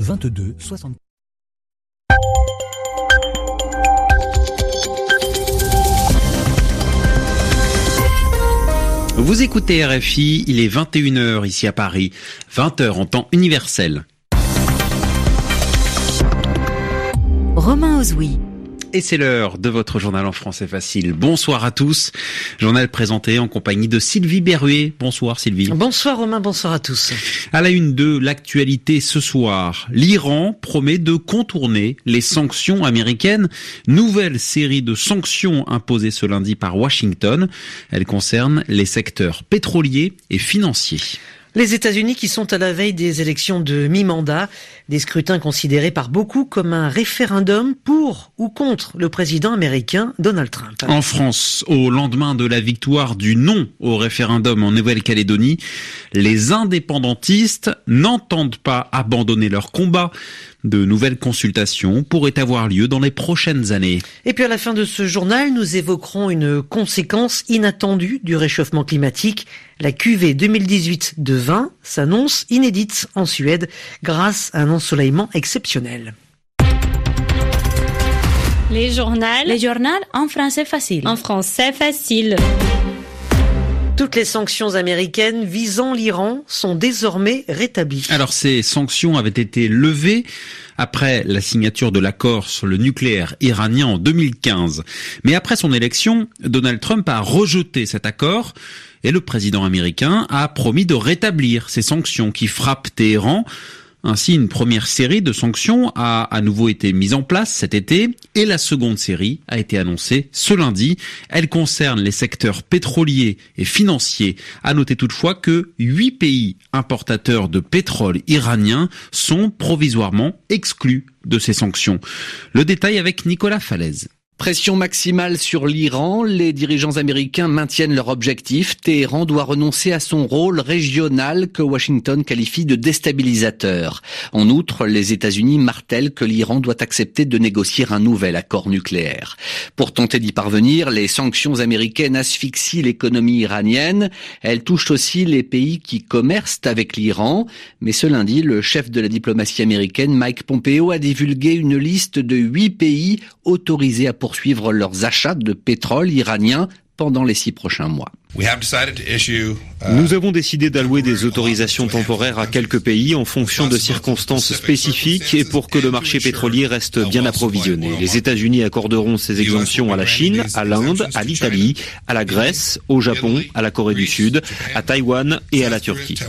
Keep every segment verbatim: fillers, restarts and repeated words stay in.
vingt-deux soixante. Vous écoutez R F I, il est vingt et une heures ici à Paris, vingt heures en temps universel. Romain Ozoui. Et c'est l'heure de votre journal en français facile. Bonsoir à tous. Journal présenté en compagnie de Sylvie Berruet. Bonsoir Sylvie. Bonsoir Romain, bonsoir à tous. À la une de l'actualité ce soir, l'Iran promet de contourner les sanctions américaines. Nouvelle série de sanctions imposées ce lundi par Washington. Elles concernent les secteurs pétroliers et financiers. Les États-Unis qui sont à la veille des élections de mi-mandat, des scrutins considérés par beaucoup comme un référendum pour ou contre le président américain Donald Trump. En France, au lendemain de la victoire du non au référendum en Nouvelle-Calédonie, les indépendantistes n'entendent pas abandonner leur combat. De nouvelles consultations pourraient avoir lieu dans les prochaines années. Et puis à la fin de ce journal, nous évoquerons une conséquence inattendue du réchauffement climatique. La cuvée deux mille dix-huit de vin s'annonce inédite en Suède grâce à un ensoleillement exceptionnel. Les journaux. Les journaux en français facile. En français facile. Toutes les sanctions américaines visant l'Iran sont désormais rétablies. Alors ces sanctions avaient été levées après la signature de l'accord sur le nucléaire iranien en deux mille quinze. Mais après son élection, Donald Trump a rejeté cet accord et le président américain a promis de rétablir ces sanctions qui frappent Téhéran. Ainsi, une première série de sanctions a à nouveau été mise en place cet été et la seconde série a été annoncée ce lundi. Elle concerne les secteurs pétroliers et financiers. À noter toutefois que huit pays importateurs de pétrole iranien sont provisoirement exclus de ces sanctions. Le détail avec Nicolas Falaise. Pression maximale sur l'Iran, les dirigeants américains maintiennent leur objectif. Téhéran doit renoncer à son rôle régional que Washington qualifie de déstabilisateur. En outre, les États-Unis martèlent que l'Iran doit accepter de négocier un nouvel accord nucléaire. Pour tenter d'y parvenir, les sanctions américaines asphyxient l'économie iranienne. Elles touchent aussi les pays qui commercent avec l'Iran. Mais ce lundi, le chef de la diplomatie américaine, Mike Pompeo, a divulgué une liste de huit pays autorisés à poursuivre leurs achats de pétrole iranien pendant les six prochains mois. Nous avons décidé d'allouer des autorisations temporaires à quelques pays en fonction de circonstances spécifiques et pour que le marché pétrolier reste bien approvisionné. Les États-Unis accorderont ces exemptions à la Chine, à l'Inde, à l'Italie, à la Grèce, au Japon, à la Corée du Sud, à Taïwan et à la Turquie.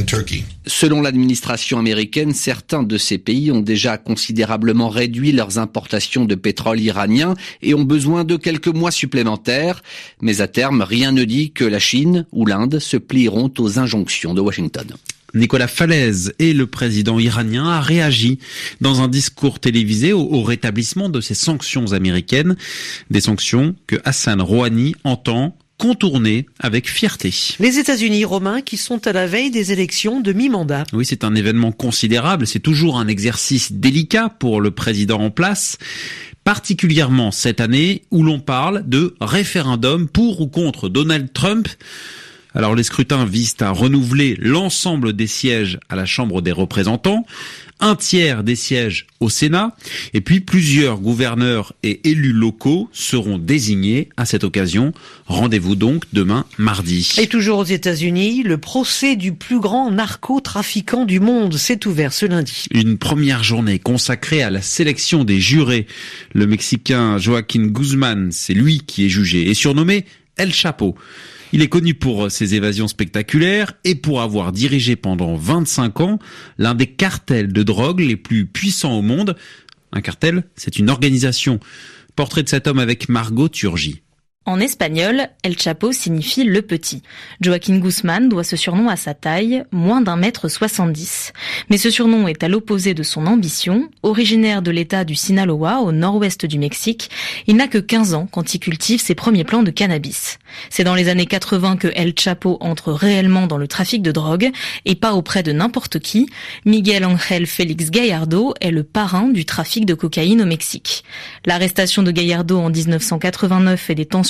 Selon l'administration américaine, certains de ces pays ont déjà considérablement réduit leurs importations de pétrole iranien et ont besoin de quelques mois supplémentaires. Mais à terme, rien ne dit que la Chine ou l'Inde se plieront aux injonctions de Washington. Nicolas Falaise et le président iranien a réagi dans un discours télévisé au, au rétablissement de ces sanctions américaines, des sanctions que Hassan Rouhani entend contourner avec fierté. Les États-Unis, Romain, qui sont à la veille des élections de mi-mandat. Oui, c'est un événement considérable, c'est toujours un exercice délicat pour le président en place, particulièrement cette année où l'on parle de référendum pour ou contre Donald Trump. Alors les scrutins visent à renouveler l'ensemble des sièges à la Chambre des représentants, un tiers des sièges au Sénat, et puis plusieurs gouverneurs et élus locaux seront désignés à cette occasion. Rendez-vous donc demain mardi. Et toujours aux États-Unis, le procès du plus grand narcotrafiquant du monde s'est ouvert ce lundi. Une première journée consacrée à la sélection des jurés. Le Mexicain Joaquín Guzmán, c'est lui qui est jugé et surnommé El Chapo. Il est connu pour ses évasions spectaculaires et pour avoir dirigé pendant vingt-cinq ans l'un des cartels de drogue les plus puissants au monde. Un cartel, c'est une organisation. Portrait de cet homme avec Margot Turgi. En espagnol, El Chapo signifie le petit. Joaquín Guzmán doit ce surnom à sa taille, moins d'un mètre soixante-dix. Mais ce surnom est à l'opposé de son ambition. Originaire de l'état du Sinaloa, au nord-ouest du Mexique, il n'a que quinze ans quand il cultive ses premiers plants de cannabis. C'est dans les années quatre-vingts que El Chapo entre réellement dans le trafic de drogue, et pas auprès de n'importe qui. Miguel Ángel Félix Gallardo est le parrain du trafic de cocaïne au Mexique. L'arrestation de Gallardo en dix-neuf cent quatre-vingt-neuf et des tensions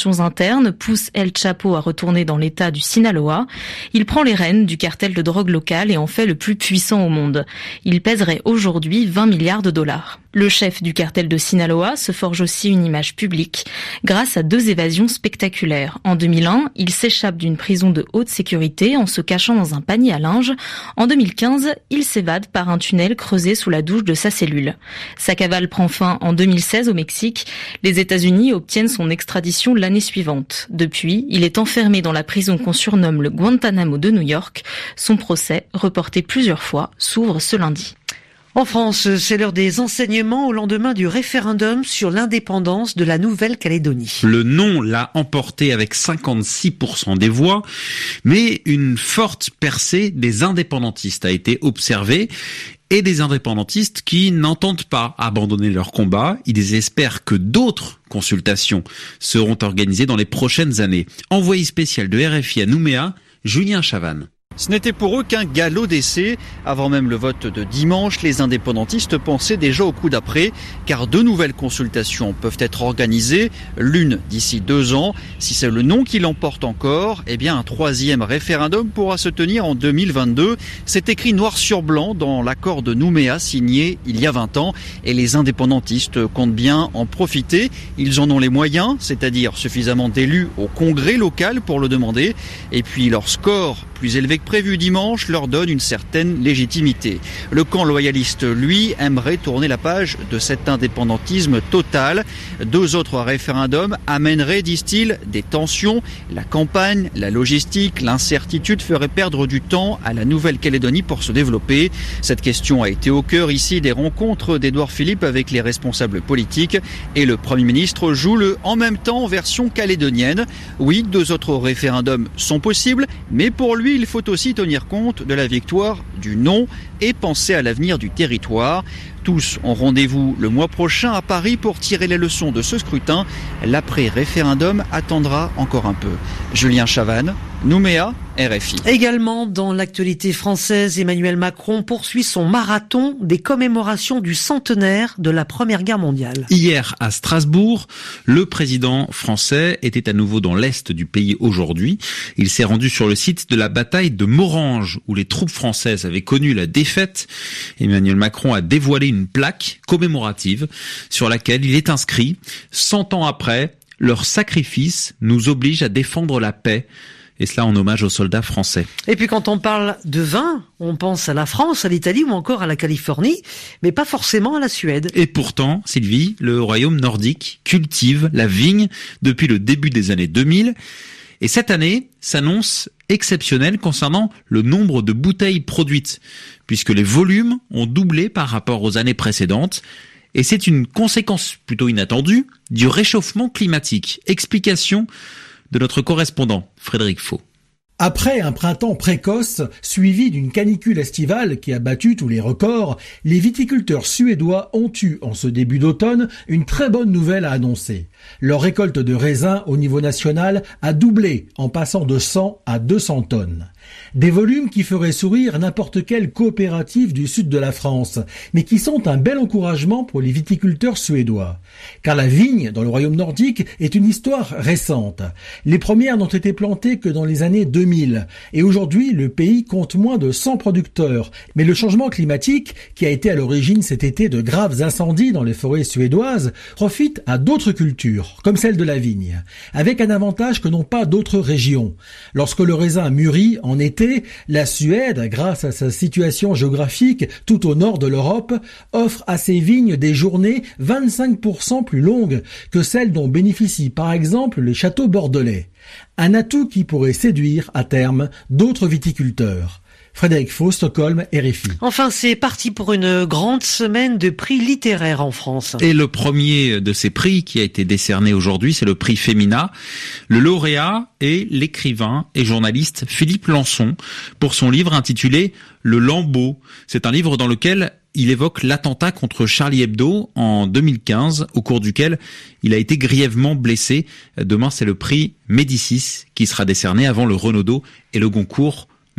tensions internes poussent El Chapo à retourner dans l'état du Sinaloa. Il prend les rênes du cartel de drogue local et en fait le plus puissant au monde. Il pèserait aujourd'hui vingt milliards de dollars. Le chef du cartel de Sinaloa se forge aussi une image publique grâce à deux évasions spectaculaires. En deux mille un, il s'échappe d'une prison de haute sécurité en se cachant dans un panier à linge. En deux mille quinze, il s'évade par un tunnel creusé sous la douche de sa cellule. Sa cavale prend fin en deux mille seize au Mexique. Les États-Unis obtiennent son extradition l'année suivante. Depuis, il est enfermé dans la prison qu'on surnomme le Guantanamo de New York. Son procès, reporté plusieurs fois, s'ouvre ce lundi. En France, c'est l'heure des enseignements au lendemain du référendum sur l'indépendance de la Nouvelle-Calédonie. Le non l'a emporté avec cinquante-six pour cent des voix, mais une forte percée des indépendantistes a été observée. Et des indépendantistes qui n'entendent pas abandonner leur combat. Ils espèrent que d'autres consultations seront organisées dans les prochaines années. Envoyé spécial de R F I à Nouméa, Julien Chavannes. Ce n'était pour eux qu'un galop d'essai. Avant même le vote de dimanche, les indépendantistes pensaient déjà au coup d'après, car deux nouvelles consultations peuvent être organisées, l'une d'ici deux ans. Si c'est le non qui l'emporte encore, eh bien un troisième référendum pourra se tenir en deux mille vingt-deux. C'est écrit noir sur blanc dans l'accord de Nouméa signé il y a vingt ans, et les indépendantistes comptent bien en profiter. Ils en ont les moyens, c'est-à-dire suffisamment d'élus au congrès local pour le demander, et puis leur score plus élevé que prévu dimanche leur donne une certaine légitimité. Le camp loyaliste, lui, aimerait tourner la page de cet indépendantisme total. Deux autres référendums amèneraient, disent-ils, des tensions. La campagne, la logistique, l'incertitude feraient perdre du temps à la Nouvelle-Calédonie pour se développer. Cette question a été au cœur ici des rencontres d'Édouard Philippe avec les responsables politiques et le Premier ministre joue le en même temps en version calédonienne. Oui, deux autres référendums sont possibles, mais pour lui, il faut aussi tenir compte de la victoire du non et penser à l'avenir du territoire. Tous ont rendez-vous le mois prochain à Paris pour tirer les leçons de ce scrutin. L'après-référendum attendra encore un peu. Julien Chavannes, Nouméa, R F I. Également dans l'actualité française, Emmanuel Macron poursuit son marathon des commémorations du centenaire de la Première Guerre mondiale. Hier à Strasbourg, le président français était à nouveau dans l'est du pays aujourd'hui. Il s'est rendu sur le site de la bataille de Morhange où les troupes françaises avaient connu la défaite. Emmanuel Macron a dévoilé une plaque commémorative sur laquelle il est inscrit « Cent ans après, leur sacrifice nous oblige à défendre la paix ». Et cela en hommage aux soldats français. Et puis quand on parle de vin, on pense à la France, à l'Italie ou encore à la Californie, mais pas forcément à la Suède. Et pourtant, Sylvie, le royaume nordique cultive la vigne depuis le début des années deux mille. Et cette année s'annonce exceptionnelle concernant le nombre de bouteilles produites, puisque les volumes ont doublé par rapport aux années précédentes. Et c'est une conséquence plutôt inattendue du réchauffement climatique. Explication de notre correspondant, Frédéric Faux. Après un printemps précoce, suivi d'une canicule estivale qui a battu tous les records, les viticulteurs suédois ont eu, en ce début d'automne, une très bonne nouvelle à annoncer. Leur récolte de raisins au niveau national a doublé, en passant de cent à deux cents tonnes. Des volumes qui feraient sourire n'importe quelle coopérative du sud de la France, mais qui sont un bel encouragement pour les viticulteurs suédois. Car la vigne, dans le royaume nordique, est une histoire récente. Les premières n'ont été plantées que dans les années deux mille, et aujourd'hui, le pays compte moins de cent producteurs. Mais le changement climatique, qui a été à l'origine cet été de graves incendies dans les forêts suédoises, profite à d'autres cultures, comme celle de la vigne, avec un avantage que n'ont pas d'autres régions. Lorsque le raisin mûrit en été, la Suède, grâce à sa situation géographique tout au nord de l'Europe, offre à ses vignes des journées vingt-cinq pour cent plus longues que celles dont bénéficient par exemple les châteaux bordelais. Un atout qui pourrait séduire à terme d'autres viticulteurs. Frédéric Faux, Stockholm, R F I. Enfin, c'est parti pour une grande semaine de prix littéraires en France. Et le premier de ces prix qui a été décerné aujourd'hui, c'est le prix Femina. Le lauréat est l'écrivain et journaliste Philippe Lançon pour son livre intitulé Le Lambeau. C'est un livre dans lequel il évoque l'attentat contre Charlie Hebdo en deux mille quinze, au cours duquel il a été grièvement blessé. Demain, c'est le prix Médicis qui sera décerné avant le Renaudot et le Goncourt.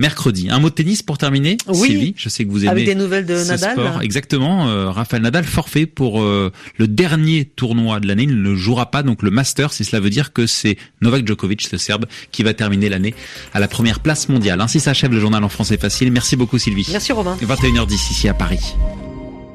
mercredi. Un mot de tennis pour terminer, oui, Sylvie. Je sais que vous aimez avec des nouvelles de ce Nadal. Sport. Exactement. Euh, Rafael Nadal forfait pour euh, le dernier tournoi de l'année. Il ne jouera pas donc le Masters. Et cela veut dire que c'est Novak Djokovic, ce Serbe, qui va terminer l'année à la première place mondiale. Ainsi s'achève le journal en français facile. Merci beaucoup Sylvie. Merci Romain. vingt et une heures dix ici à Paris.